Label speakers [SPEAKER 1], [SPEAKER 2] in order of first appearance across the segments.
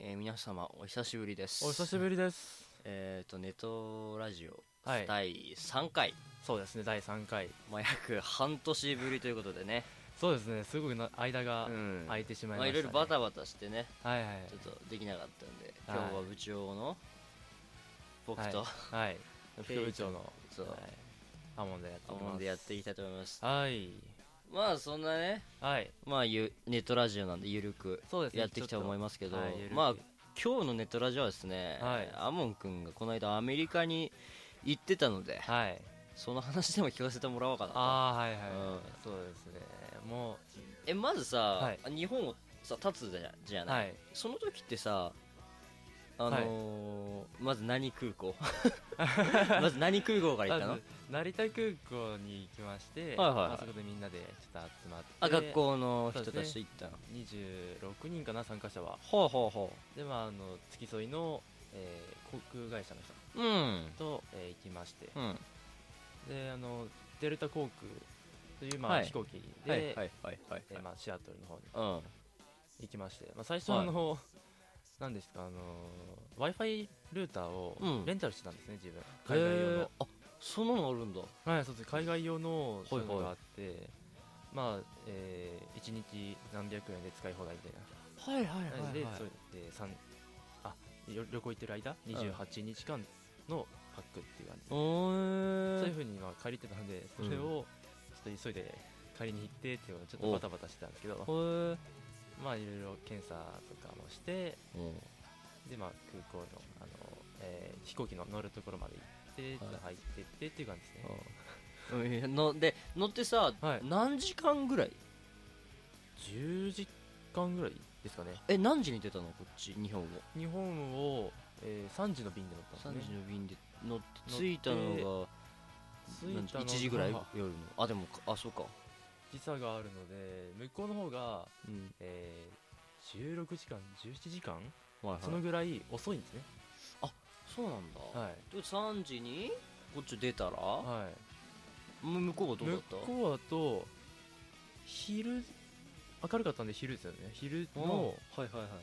[SPEAKER 1] 皆様お久しぶりです。
[SPEAKER 2] お久しぶりです。
[SPEAKER 1] ネトラジオ、
[SPEAKER 2] はい、
[SPEAKER 1] 第3回。
[SPEAKER 2] そうですね、第3回。
[SPEAKER 1] 約半年ぶりということでね。
[SPEAKER 2] そうですね、すごく間が空いてしまいましたね。
[SPEAKER 1] いろいろバタバタしてね、
[SPEAKER 2] はいはい、
[SPEAKER 1] ちょっとできなかったんで、今日は部長の僕と、
[SPEAKER 2] はい、副部長のアモンで
[SPEAKER 1] やっていきたいと思います。
[SPEAKER 2] はい。
[SPEAKER 1] まあそんなね、
[SPEAKER 2] はい、
[SPEAKER 1] ネットラジオなんでゆるくやっていきたいと思いますけど、まあ今日のネットラジオはですね、アモン君がこの間アメリカに行ってたので、その話でも聞かせてもらおうかなと。
[SPEAKER 2] はいはい、そうですね。も
[SPEAKER 1] うまずさ、日本をさ立つじゃない、その時ってさ、まず何空港まず何空港から行ったの？
[SPEAKER 2] 成田空港に行きまして、そこでみんなでちょっと集まって、
[SPEAKER 1] 学校の人たちと行ったの。
[SPEAKER 2] 26人かな、参加者は。で付き添いの、航空会社の人と、行きまして、でデルタ航空という飛行機でシアトルの方に行きまして、最初なんですか、Wi-Fi ルーターをレンタルしてたんですね、自分。海外用の。
[SPEAKER 1] そんなのあるんだ。
[SPEAKER 2] はい、そうです。海外用のそういうのがあって、1日何百円で使い放題みたいな。で、それで旅行行ってる間、28日間のパックっていう感じで、そういう風に借りてたので、それをちょっと急いで借りに行ってっていうのをちょっとバタバタしてたんですけど、いろいろ検査とかもして、で空港の飛行機の乗るところまで行って入ってってっていう感じですね。
[SPEAKER 1] で乗ってさ、何時間ぐらい
[SPEAKER 2] ？10時間ぐらいですかね。
[SPEAKER 1] 何時に出たの？こっち日本
[SPEAKER 2] を3時の便で乗ったんですね。
[SPEAKER 1] 3時の便で乗って着いたのが1時ぐらい、夜の。でもそうか、
[SPEAKER 2] 時差があるので向こうの方が、16時間17時間、そのぐらい遅いんですね。
[SPEAKER 1] そうなんだ。3時にこっち出たら、向こうはどうだった？
[SPEAKER 2] 向こうだと昼、明るかったんで昼ですよね。昼の何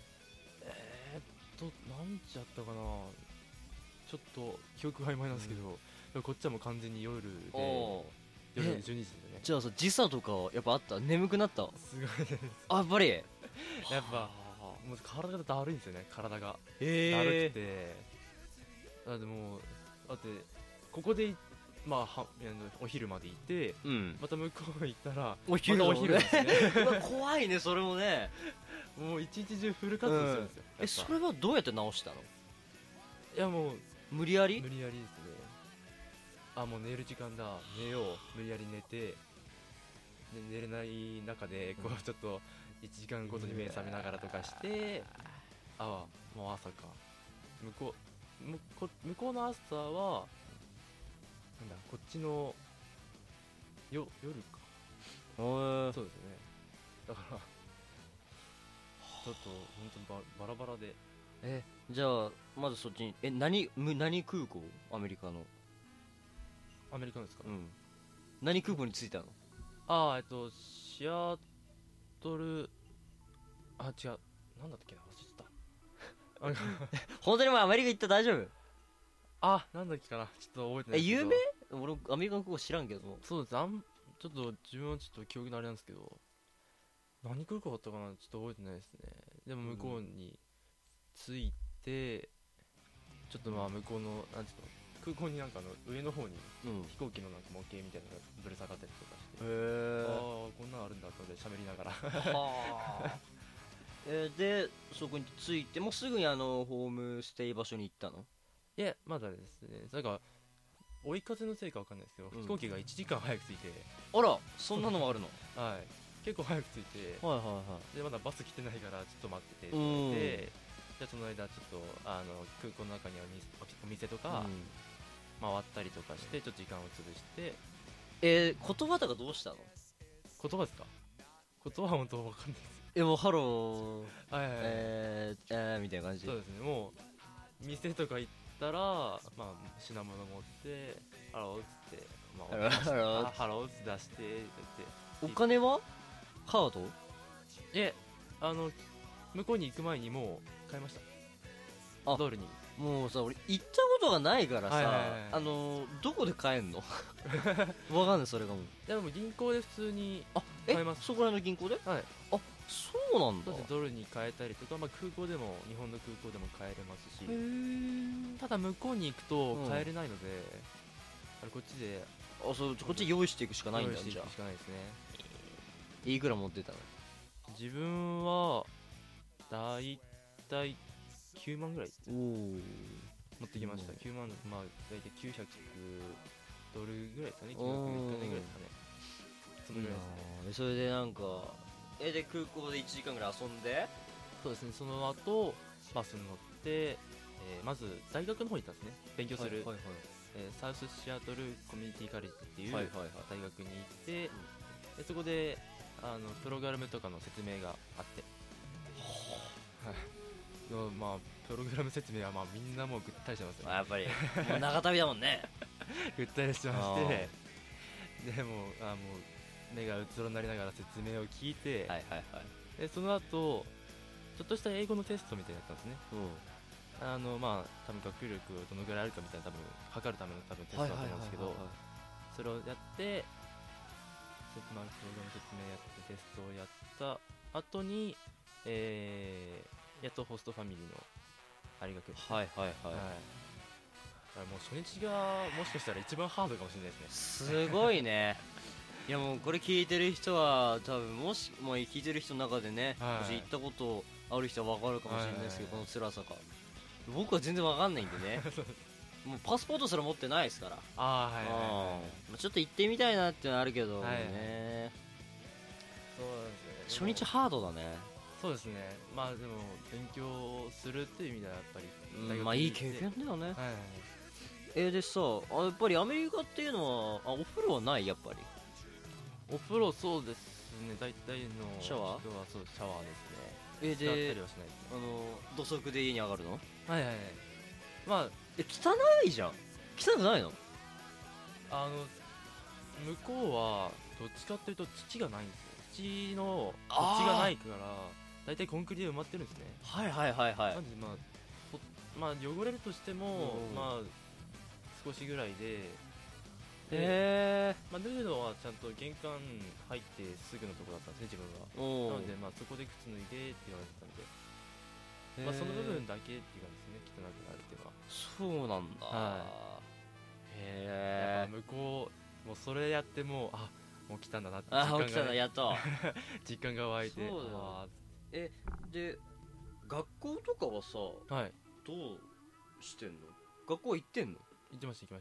[SPEAKER 2] 時だったかな、ちょっと記憶が曖昧なんですけど、こっちはもう完全に夜で、夜の12時ですよね。
[SPEAKER 1] じゃあさ、時差とかやっぱあった？眠くなった？
[SPEAKER 2] すごいです。
[SPEAKER 1] やっぱり
[SPEAKER 2] やっぱもう体がだるいんですよね。体がだるくて、だってここでお昼までいて、また向こう行ったら
[SPEAKER 1] お昼
[SPEAKER 2] なんですね。
[SPEAKER 1] 怖いね、それもね。
[SPEAKER 2] もう一日中フル活動するんですよ。
[SPEAKER 1] それはどうやって直したの？
[SPEAKER 2] いや、もう
[SPEAKER 1] 無理やり
[SPEAKER 2] ですね。もう寝る時間だ、寝よう、無理やり寝て、寝れない中でちょっと1時間ごとに目覚めながらとかして、もう朝か。向こうの朝はこっちの夜か。そうですね。だからちょっと本当バラバラで。
[SPEAKER 1] じゃあまずそっちに何空港？アメリカのですか？何空港に着いたの？
[SPEAKER 2] シアトル、違う、なんだったっけな、忘れちゃった。
[SPEAKER 1] 本当にもうアメリカ行った？大丈夫？
[SPEAKER 2] なんだっけかな、ちょっと覚えてない。
[SPEAKER 1] 有名？俺アメリカの空港知らんけど。
[SPEAKER 2] そうです。ちょっと自分はちょっと記憶のあれなんですけど、何空港だったかな、ちょっと覚えてないですね。でも向こうに着いて、ちょっと向こうのなんていうの、空港に上の方に飛行機の模型みたいなのがぶら下がったりとかして、こんなのあるんだと思って喋りながら
[SPEAKER 1] でそこに着いてもうすぐにホームステイ場所に行ったの？
[SPEAKER 2] いや、まだですね。追い風のせいかわかんないですけど、飛行機が1時間早く着いて。
[SPEAKER 1] そんなのもあるの？
[SPEAKER 2] 結構早く着いて、でまだバス来てないからちょっと待っててって言って、じゃあその間ちょっと空港の中にはお店とか回ったりとかして、ちょっと時間を潰して。
[SPEAKER 1] 言葉とかどうしたの？
[SPEAKER 2] 言葉ですか？言葉は本当わかんないです。
[SPEAKER 1] もうハローみたいな感じ。
[SPEAKER 2] そうですね。もう店とか行ったら品物持ってハローっつって、ハローっつって出してって。
[SPEAKER 1] お金はカード？
[SPEAKER 2] 向こうに行く前にもう買いました。 ドルに。
[SPEAKER 1] もうさ、俺行ったことがないからさ、どこで買えんのわかんないそれがもう。
[SPEAKER 2] でも銀行で普通に買えます。
[SPEAKER 1] そこらの銀行で？
[SPEAKER 2] はい。
[SPEAKER 1] あ、そうなんだ。
[SPEAKER 2] ドルに変えたりとか、空港でも日本の空港でも買えれますし、ただ向こうに行くと買えれないので、こっちで
[SPEAKER 1] こっち用意していくしかないんだ。
[SPEAKER 2] 用意していくしかないですね。
[SPEAKER 1] いくら持ってたの？
[SPEAKER 2] 自分はだいたい9万ぐらい持ってきました。9万、だいたい900ドルぐらいですかね。900円ぐらいですかね。そのぐらいですね。
[SPEAKER 1] それでなんかで空港で1時間ぐらい遊んで、
[SPEAKER 2] そうですね。その後バスに乗って、まず大学の方に行ったんですね。勉強する、サウスシアトルコミュニティカレッジっていう大学に行って、でそこでプログラムとかの説明があって、プログラム説明はみんなもうぐったりしてますよね。
[SPEAKER 1] やっぱりもう長旅だもんね。
[SPEAKER 2] ぐったりしてまして、でも目がうつろになりながら説明を聞いて、でその後ちょっとした英語のテストみたいなやったんですね。多分学力どのぐらいあるかみたいな測るためのテストだと思うんですけど、それをやって、プログラム説明やってテストをやった後に、やっとホストファミリーのありが来る。もう初日がもしかしたら一番ハードかもしれないですね。
[SPEAKER 1] すごいね。いやもうこれ聞いてる人は多分もし聞いてる人の中でね、もし行ったことある人は分かるかもしれないですけど、この辛さが僕は全然分かんないんでね。もうパスポートすら持ってないですから。ちょっと行ってみたいなっていうのはあるけどね。初日ハードだね。
[SPEAKER 2] そうですね。でも勉強するっていう意味ではやっぱり
[SPEAKER 1] いい経験だよね。でさ、やっぱりアメリカっていうのはお風呂はない？やっぱり
[SPEAKER 2] お風呂、そうですね。大体の
[SPEAKER 1] シャワー？
[SPEAKER 2] そうシャワーですね。使ったりはしないですね。
[SPEAKER 1] 土足で家に上がるの？汚いじゃん。汚くないの？
[SPEAKER 2] 向こうはどっちかっていうと土がないんですよ。土の土地がないから大体コンクリで埋まってるんですね。なんで汚れるとしても少しぐらいで、脱ぐのはちゃんと玄関入ってすぐのところだったんですね、自分は。なのでそこで靴脱いでって言われてたんで、その部分だけっていう感じですね、汚くなるっていうのは。
[SPEAKER 1] そうなんだ。
[SPEAKER 2] やっぱ向こうもうそれやってもう来たんだなって実感が湧いて。
[SPEAKER 1] で学校とかはさ、どうしてんの？学校行ってんの？
[SPEAKER 2] 行きました。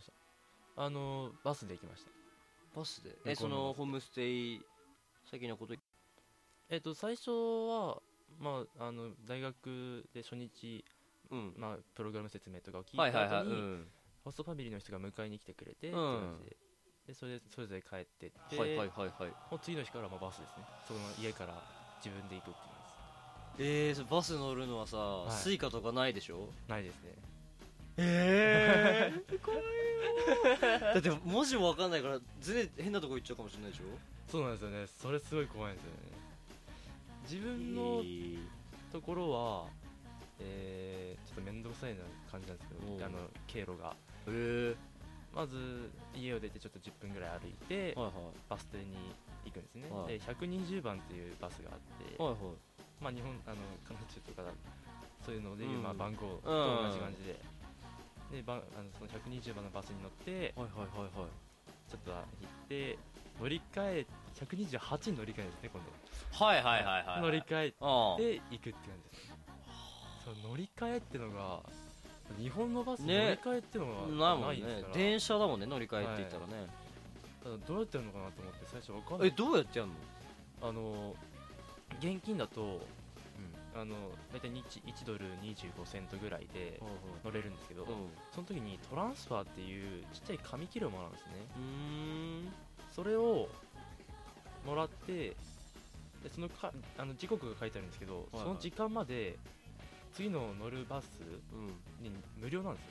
[SPEAKER 2] バスで行きました。
[SPEAKER 1] バスで？そのホームステイ先のこと？
[SPEAKER 2] 最初は大学で初日、プログラム説明とかを聞いた後にホストファミリーの人が迎えに来てくれてって感じで、それぞれ帰ってって、もう次の日からバスですね。その家から自分で行くっていう
[SPEAKER 1] バス乗るのはさ、スイカとかないでしょ？
[SPEAKER 2] ないですね。
[SPEAKER 1] 怖いよ。だって文字も分かんないから全然変なとこ行っちゃうかもしれないでしょ？
[SPEAKER 2] そうなんですよね。それすごい怖いんですよね。自分のところは、ちょっと面倒くさいな感じなんですけど、経路がまず家を出てちょっと10分ぐらい歩いて、バス停に行くんですね。で120番っていうバスがあって、日本カナダとかそういうのでいう番号と同じ感じで、その120番のバスに乗って、ちょっと行って乗り換え128に乗り換えるんですね、今度。乗り換えて行くって感じです。乗り換えってのが日本のバス乗り換えってのがないですから。
[SPEAKER 1] 電車だもんね、乗り換えって言ったらね。
[SPEAKER 2] ただどうやってやるのかなと思って最初分かんない。
[SPEAKER 1] どうやってやる
[SPEAKER 2] の？現金だと大体1ドル25セントぐらいで乗れるんですけど、その時にトランスファーっていうちっちゃい紙切れをもらうんですね。それをもらって、でその時刻が書いてあるんですけど、その時間まで次の乗るバスに無料なんですよ。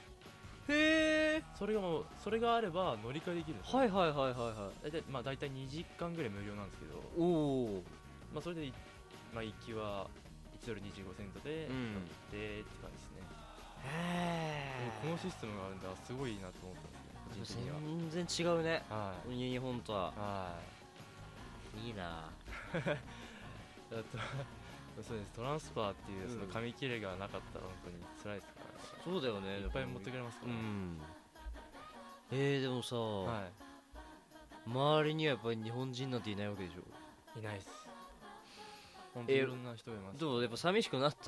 [SPEAKER 2] それがあれば乗り換えできるんですよ。大体2時間ぐらい無料なんですけど、それで行きは1ドル25セントで乗ってって感じですね。 のシステムがあるんだ、すごいなと思ったんですよ、個人的には。
[SPEAKER 1] 全然違うね、
[SPEAKER 2] はい、
[SPEAKER 1] 日本とは。
[SPEAKER 2] はい、
[SPEAKER 1] いいな
[SPEAKER 2] そうです、トランスファーっていうその紙切れがなかったら本当に辛いですから、ね、
[SPEAKER 1] そうだよね、
[SPEAKER 2] いっぱい持ってくれますから、
[SPEAKER 1] ね、でもさ、はい、周りにはやっぱり日本人なんていないわけでしょ。
[SPEAKER 2] いないです、本当にいろんな人がいます。
[SPEAKER 1] でもやっぱ寂しくなった？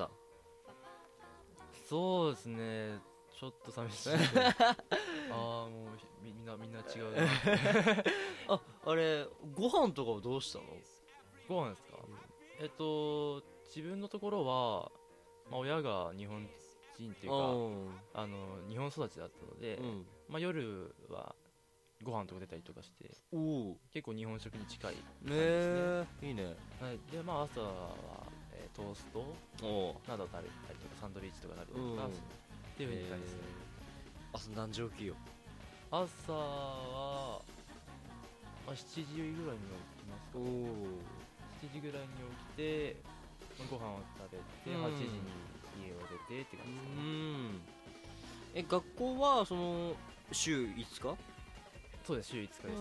[SPEAKER 2] そうですね、ちょっと寂しいああ、もうみんな違うな
[SPEAKER 1] あれ、ご飯とかはどうしたの？
[SPEAKER 2] ご飯ですか？自分のところは、まあ、親が日本人っていうか日本育ちだったので、まあ、夜はご飯とか出たりとかして結構日本食に近い感じですね。
[SPEAKER 1] いいね。
[SPEAKER 2] はい、で、まあ、朝は、トーストなど食べたりとかサンドイッチとか食べたりとかっていう感じですね。
[SPEAKER 1] 朝何時起きよ？
[SPEAKER 2] 朝は、まあ、7時ぐらいに起きますかね。7時ぐらいに起きて、ご飯を食べて、8時に家を出てって感じですね。
[SPEAKER 1] 学校はその週5日？
[SPEAKER 2] そうです、週5日ですね。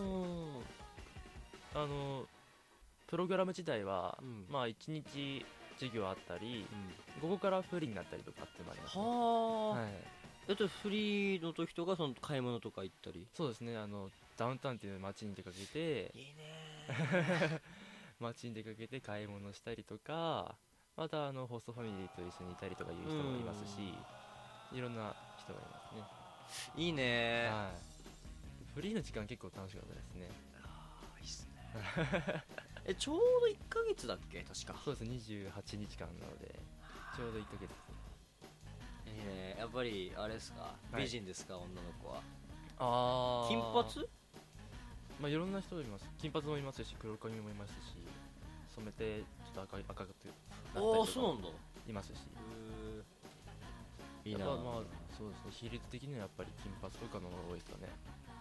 [SPEAKER 2] プログラム自体は、まあ1日授業あったり、午後からフリーになったりとかっていうのもありますね。
[SPEAKER 1] はい。フリーの時とかその買い物とか行ったり？
[SPEAKER 2] そうですね、ダウンタウンっていう街に出かけて、
[SPEAKER 1] いいね
[SPEAKER 2] 街に出かけて買い物したりとか、またホストファミリーと一緒にいたりとかいう人もいますし、いろんな人がいますね。
[SPEAKER 1] いいね、
[SPEAKER 2] はい、フリーの時間結構楽しかったですね。
[SPEAKER 1] いいっすねちょうど1ヶ月だっけ確か。
[SPEAKER 2] そうです、28日間なのでちょうど1ヶ月です
[SPEAKER 1] ね。やっぱりあれですか、美人ですか、女の子は。金髪？
[SPEAKER 2] まあいろんな人がいます。金髪もいますし黒髪もいますし、染めてちょっと赤くなったりとか
[SPEAKER 1] そうなんだ、
[SPEAKER 2] いますし。
[SPEAKER 1] いいな。
[SPEAKER 2] まあそうですね、比率的にはやっぱり金髪とかの方が多いですかね。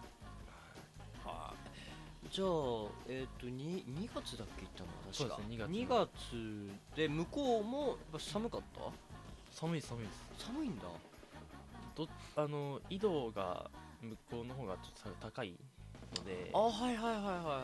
[SPEAKER 1] じゃあ2月だっけ行ったの？確か
[SPEAKER 2] そうですね、
[SPEAKER 1] 2月で向こうもやっぱ寒かった？
[SPEAKER 2] 寒いです。
[SPEAKER 1] 寒いんだ。
[SPEAKER 2] 緯度が向こうの方がちょっと高いので、
[SPEAKER 1] はい、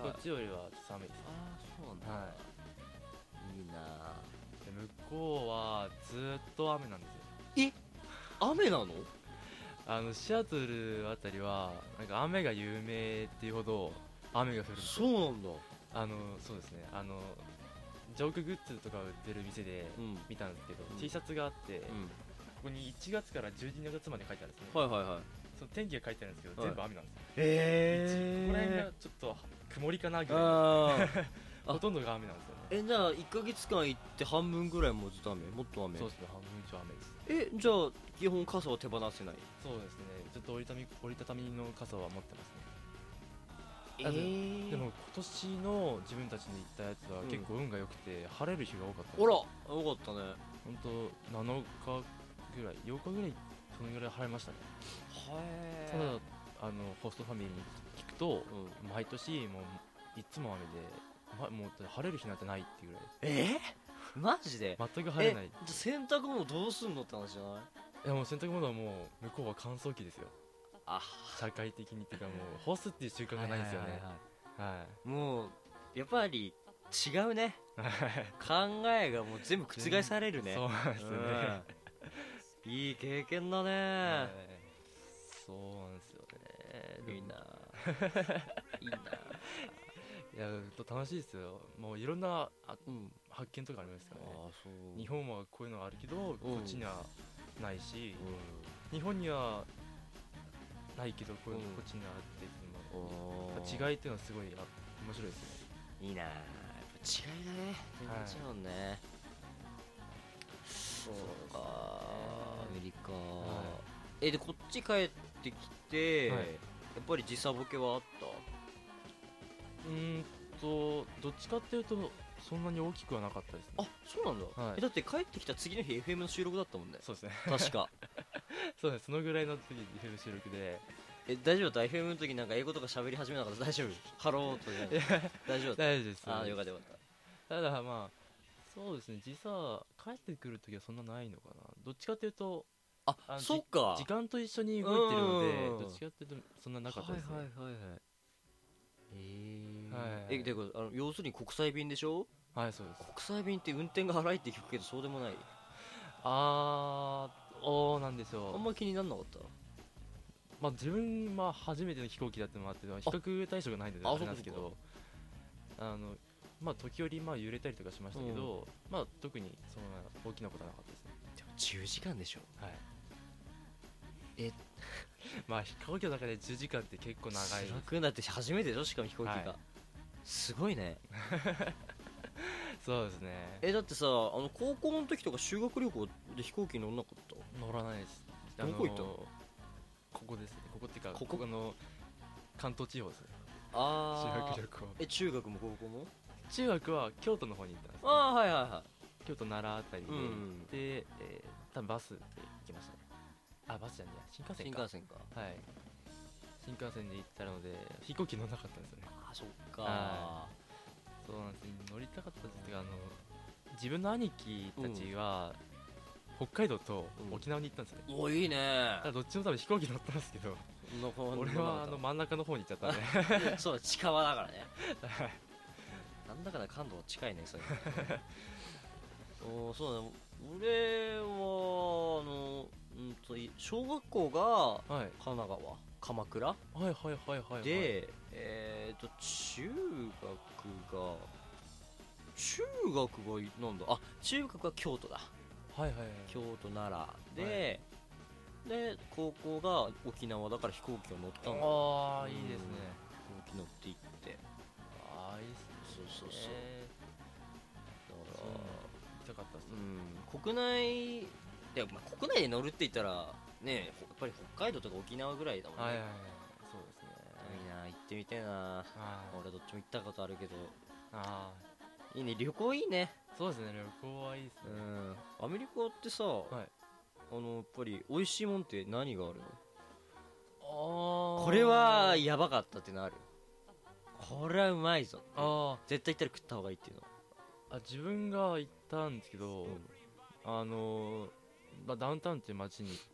[SPEAKER 2] こっちよりは寒いです。
[SPEAKER 1] そうなんだ、いいな。
[SPEAKER 2] 向こうはずっと雨なんです
[SPEAKER 1] よ。雨なの？
[SPEAKER 2] シアトルあたりはなんか雨が有名っていうほど雨が降るんです
[SPEAKER 1] よ。そうなんだ。
[SPEAKER 2] そうですね、ジョークグッズとか売ってる店で見たんですけど、T シャツがあって、ここに1月から12月まで書いてあるんですね。その天気が書いてあるんですけど、全部雨なんですよ。ここら辺がちょっと曇りかなぐらいほとんどが雨なんですよね。
[SPEAKER 1] じゃあ1ヶ月間行って半分ぐらいもうずっと雨？もっと雨？
[SPEAKER 2] そうですね、半分以上雨です。
[SPEAKER 1] じゃあ基本傘は手放せない？
[SPEAKER 2] そうですね、ちょっと折りたたみの傘は持ってますね。でも今年の自分たちに行ったやつは結構運が良くて晴れる日が多かったんですよ。
[SPEAKER 1] よかったね。
[SPEAKER 2] 本当7日ぐらい、8日ぐらい、そのぐらい晴れましたね。ただホストファミリーに聞くと、毎年もういつも雨で、もう晴れる日なんてないっていうぐらい。
[SPEAKER 1] マジで
[SPEAKER 2] 全く晴れない。
[SPEAKER 1] 洗濯物どうすんのって話じゃない？
[SPEAKER 2] いや、もう洗濯物はもう向こうは乾燥機ですよ。社会的にっていうか、もう干すっていう習慣がないんですよね。
[SPEAKER 1] もうやっぱり違うね考えがもう全部覆されるね。
[SPEAKER 2] そうなんですよね
[SPEAKER 1] いい経験だね。
[SPEAKER 2] そうなんですよね。
[SPEAKER 1] いいな。
[SPEAKER 2] いや、楽しいですよ。もういろんな発見とかありますからね。日本はこういうのがあるけど、こっちにはないし、日本にはないけどこっちにあるっていうのも違いっていうのはすごい面白いですね。
[SPEAKER 1] いいな。やっぱ違いだね。全然違うね。そうか、アメリカ。でこっち帰ってきて、やっぱり時差ボケはあった？
[SPEAKER 2] どっちかっていうとそんなに大きくはなかったですね。
[SPEAKER 1] そうなんだ。だって帰ってきた次の日 FM の収録だったもんね。
[SPEAKER 2] そうですね、
[SPEAKER 1] 確か
[SPEAKER 2] そうです、そのぐらいの次 FM 収録で。
[SPEAKER 1] 大丈夫だった？ FM の時なんか英語とか喋り始めなかった？大丈夫？ハローとか大丈夫だった？
[SPEAKER 2] 大丈夫です。
[SPEAKER 1] よかったよかった。
[SPEAKER 2] ただまあそうですね、時差帰ってくる時はそんなないのかな。どっちかっていうと
[SPEAKER 1] そっか、
[SPEAKER 2] 時間と一緒に動いてるので、どっちかっていうとそんななかったですね。
[SPEAKER 1] で要するに国際便でしょ。
[SPEAKER 2] はい、そうです。
[SPEAKER 1] 国際便って運転が荒いって聞くけどそうでもない。
[SPEAKER 2] なんですよ。
[SPEAKER 1] あんま気になんなかった。
[SPEAKER 2] 自分は初めての飛行機だってのもあって比較対象がないのであれなんですけど、時折揺れたりとかしましたけど、特にそんな大きなことはなかったですね。
[SPEAKER 1] でも10時間でしょ。
[SPEAKER 2] はい。飛行機の中で10時間って結構長いです。
[SPEAKER 1] 辛くなって初めてでしょ、しかも飛行機が、すごいね。
[SPEAKER 2] そうですね。
[SPEAKER 1] だってさ、高校の時とか修学旅行で飛行機乗んなかった？
[SPEAKER 2] 乗らないです。
[SPEAKER 1] どこ行ったの？
[SPEAKER 2] ここですね。ここっていうか、関東地方ですね。修学旅行。
[SPEAKER 1] 中学も高校も？
[SPEAKER 2] 中学は京都の方に行ったんです、ね。
[SPEAKER 1] はいはいはい。
[SPEAKER 2] 京都奈良あたりで、で、多分バスで行きましたね。バスじゃねえや、新幹線か。
[SPEAKER 1] 新幹線か。
[SPEAKER 2] はい。新幹線で行ったので飛行機乗らなかったんですよね。
[SPEAKER 1] そっか。
[SPEAKER 2] そうなんです。乗りたかったですけど、自分の兄貴たちは、北海道と沖縄に行ったんですよね。
[SPEAKER 1] いいね。
[SPEAKER 2] どっちも多分飛行機乗ったんですけど、俺は真ん中の方に行っちゃったんで。
[SPEAKER 1] そう、近場だからね。なんだかんだ関東近いね、それ。そうだね。俺は小学校が神奈川、鎌倉で、中学がなんだ、中学は京都だ。京都奈良で、高校が沖縄だから飛行機を乗ったの。
[SPEAKER 2] いいですね。
[SPEAKER 1] 飛行機乗って行って、
[SPEAKER 2] いいですね。
[SPEAKER 1] そうだから
[SPEAKER 2] 行きたかったですね。
[SPEAKER 1] 国内で、国内で乗るって言ったらね、やっぱり北海道とか沖縄ぐらいだもんね。
[SPEAKER 2] そうですね。
[SPEAKER 1] いいな、行ってみてえな。俺どっちも行ったことあるけど。いいね、旅行いいね。
[SPEAKER 2] そうですね、旅行はいいですね。
[SPEAKER 1] アメリカってさ、やっぱり美味しいもんって何があるの？これはやばかったってのある？これはうまいぞ。絶対行ったら食った方がいいっていうの。
[SPEAKER 2] 自分が行ったんですけど、ダウンタウンっていう街に行って、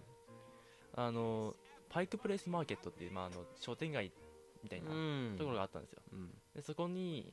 [SPEAKER 2] パイクプレイスマーケットっていう、商店街みたいなところがあったんですよ。でそこに、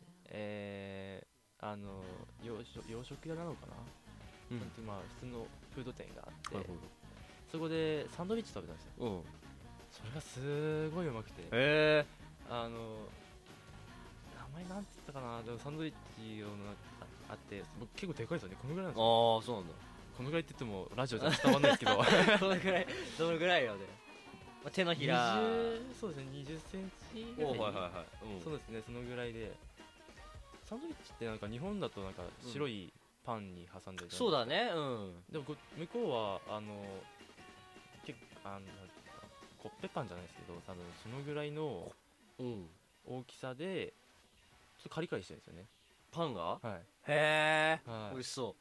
[SPEAKER 2] 洋食屋なのかな、普通のフード店があって、そこでサンドイッチ食べたんですよ。それがすごいうまくて、名前なんて言ったかな、でもサンドイッチあって、結構でかいですよね。このぐらいなんですよ。
[SPEAKER 1] そうなんだ。
[SPEAKER 2] このぐらいって言ってもラジオじゃ伝わんないですけど
[SPEAKER 1] どのぐらいよね。手のひら、
[SPEAKER 2] そうですね、20センチぐらい。そうですね、そのぐらいで、サンドイッチってなんか日本だとなんか白いパンに挟んでるじゃないですか。
[SPEAKER 1] そうだね。
[SPEAKER 2] でも向こうはコッペパンじゃないですけど、多分そのぐらいの大きさでちょっとカリカリしてるんですよね、
[SPEAKER 1] パンが。
[SPEAKER 2] へ
[SPEAKER 1] え、美味しそう。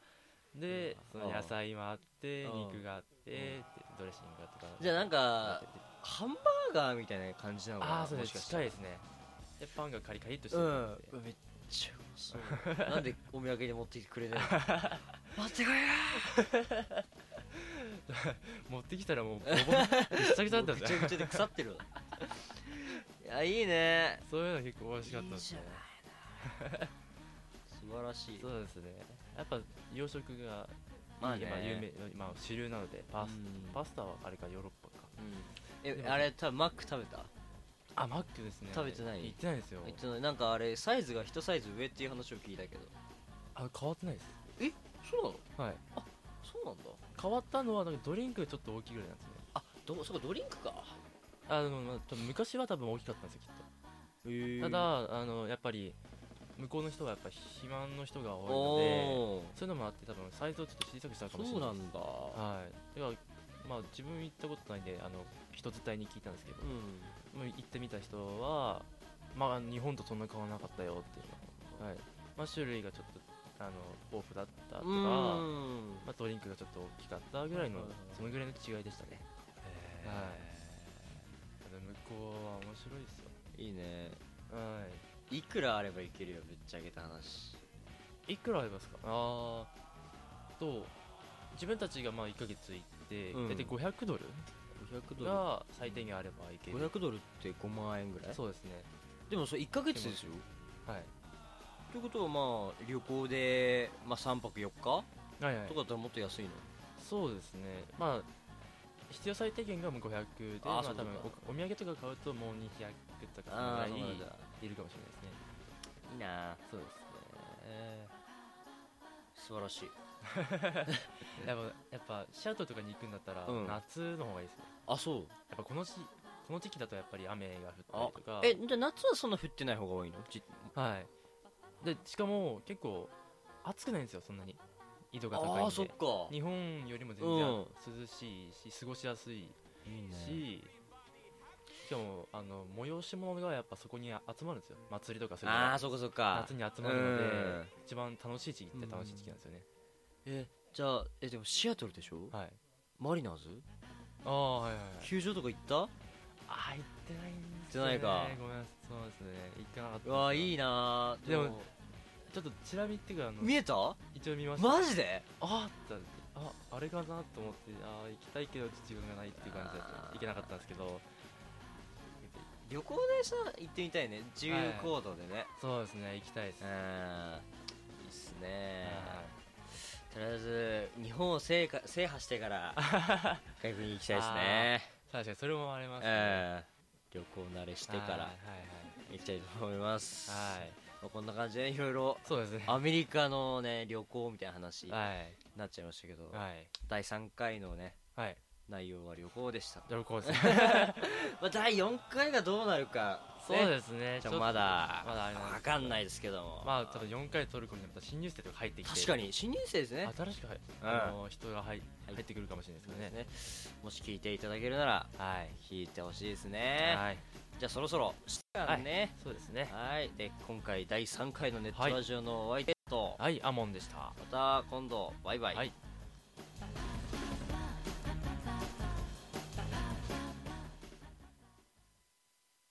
[SPEAKER 2] で、その野菜もあって肉があってドレッシングがとか、
[SPEAKER 1] じゃあなんかハンバーガーみたいな感じなのかな。
[SPEAKER 2] そうです、近いですね。でパンがカリカリっとしてるんで、
[SPEAKER 1] めっちゃうまそう。なんでお土産に持ってきてくれないの？待ってこいよ
[SPEAKER 2] 持ってきたらもうボボぐっちゃぐちゃだったんですよ。
[SPEAKER 1] ぐちゃぐちゃで腐ってるわ。いや、いいね。
[SPEAKER 2] そういうの結構美味しかったですね。
[SPEAKER 1] 素晴らしい。
[SPEAKER 2] そうですね、やっぱ洋食が有名、主流なので、パスタはあれかヨーロッパか。
[SPEAKER 1] あれ多分マック食べた？
[SPEAKER 2] マックですね。
[SPEAKER 1] 食べてない？
[SPEAKER 2] 行ってないですよ。
[SPEAKER 1] なんかあれサイズが1サイズ上っていう話を聞いたけど。
[SPEAKER 2] 変わってないです。
[SPEAKER 1] そうなの？そうなんだ。
[SPEAKER 2] 変わったのはなんかドリンクがちょっと大きいぐらいなんですね。
[SPEAKER 1] そうか、ドリンクか。
[SPEAKER 2] 昔は多分大きかったんですよ、きっと。ただやっぱり向こうの人はやっぱ肥満の人が多いので、そういうのもあって多分サイズをちょっと小さくしたかもしれないです。
[SPEAKER 1] そうなんだ。
[SPEAKER 2] だから自分行ったことないんで人伝いに聞いたんですけど、行ってみた人は日本とそんな変わらなかったよっていうの、種類がちょっと豊富だったとか、ドリンクがちょっと大きかったぐらいの、そのぐらいの違いでしたね。向こうは面白いですよ。
[SPEAKER 1] いいね。いくらあればいけるよ、ぶっちゃけた話。
[SPEAKER 2] いくらありますか？ 自分たちがまあ1ヶ月行って、大体500ドルが最低限あればいける。
[SPEAKER 1] 500ドルって5万円ぐらい。
[SPEAKER 2] そうですね。
[SPEAKER 1] でもそれ1ヶ月ですよ。
[SPEAKER 2] はい。
[SPEAKER 1] ということはまあ旅行で、まあ、3泊4日、
[SPEAKER 2] はいはい、
[SPEAKER 1] とかだったらもっと安いの。
[SPEAKER 2] そうですね。まあ必要最低限がもう500で、まあ多分お土産とか買うともう200とかぐらいいるかもしれないですね。
[SPEAKER 1] いいな。
[SPEAKER 2] そうですね。
[SPEAKER 1] 素晴らしい。
[SPEAKER 2] やっぱシアトルとかに行くんだったら、夏の方がいいですね。
[SPEAKER 1] あ、そう。
[SPEAKER 2] やっぱこの時期だとやっぱり雨が降ったりとか。
[SPEAKER 1] じゃあ夏はそんな降ってない方が多いの？
[SPEAKER 2] はい。でしかも結構暑くないんですよ、そんなに。緯度が高いんで。
[SPEAKER 1] あ、そっか。
[SPEAKER 2] 日本よりも全然涼しいし、過ごしやすいし、しかも催し物がやっぱそこに集まるんですよ。祭りとかするのが。
[SPEAKER 1] そっかそっか。
[SPEAKER 2] 夏に集まるので、一番楽しい時期って楽しい時期なんですよね。
[SPEAKER 1] じゃあでもシアトルでしょ？
[SPEAKER 2] はい。
[SPEAKER 1] マリナーズ？
[SPEAKER 2] はいはいはい。
[SPEAKER 1] 球場とか行った？
[SPEAKER 2] 行ってないんですよね。
[SPEAKER 1] 行ってないか。
[SPEAKER 2] ごめんなさい。そうですね。行かなかった。
[SPEAKER 1] うわ、いいな。
[SPEAKER 2] でもちょっとチラ見っていうか
[SPEAKER 1] 見えた？
[SPEAKER 2] 一応見ました。
[SPEAKER 1] マジで？
[SPEAKER 2] あれかなと思って、行きたいけど時間がないっていう感じで行けなかったんですけど。
[SPEAKER 1] 旅行でさ、行ってみたいね。自由行動でね。
[SPEAKER 2] そうですね、行きたいです。い
[SPEAKER 1] いいっすね。とりあえず日本を制覇してから外国に行きたいですね。
[SPEAKER 2] 確かにそれもありますね。
[SPEAKER 1] 旅行慣れしてから行きたいと思います。こんな感じでいろいろアメリカのね旅行みたいな話になっちゃいましたけど、第3回のね内容は旅行でした。
[SPEAKER 2] 旅行ですね。
[SPEAKER 1] まあ第4回がどうなるか、
[SPEAKER 2] そうですね。
[SPEAKER 1] まだ分かんないですけども、
[SPEAKER 2] まあ多分4回取る頃にまた新入生とか入ってきて、
[SPEAKER 1] 確かに新入生ですね。
[SPEAKER 2] 新しく人が入ってくるかもしれないですね。
[SPEAKER 1] もし聞いていただけるなら聞いてほしいですね。じゃあそろそろしたね。
[SPEAKER 2] そうですね。
[SPEAKER 1] で今回第3回のネットラジオのお相手と
[SPEAKER 2] アモンでした。
[SPEAKER 1] また今度バイバイ。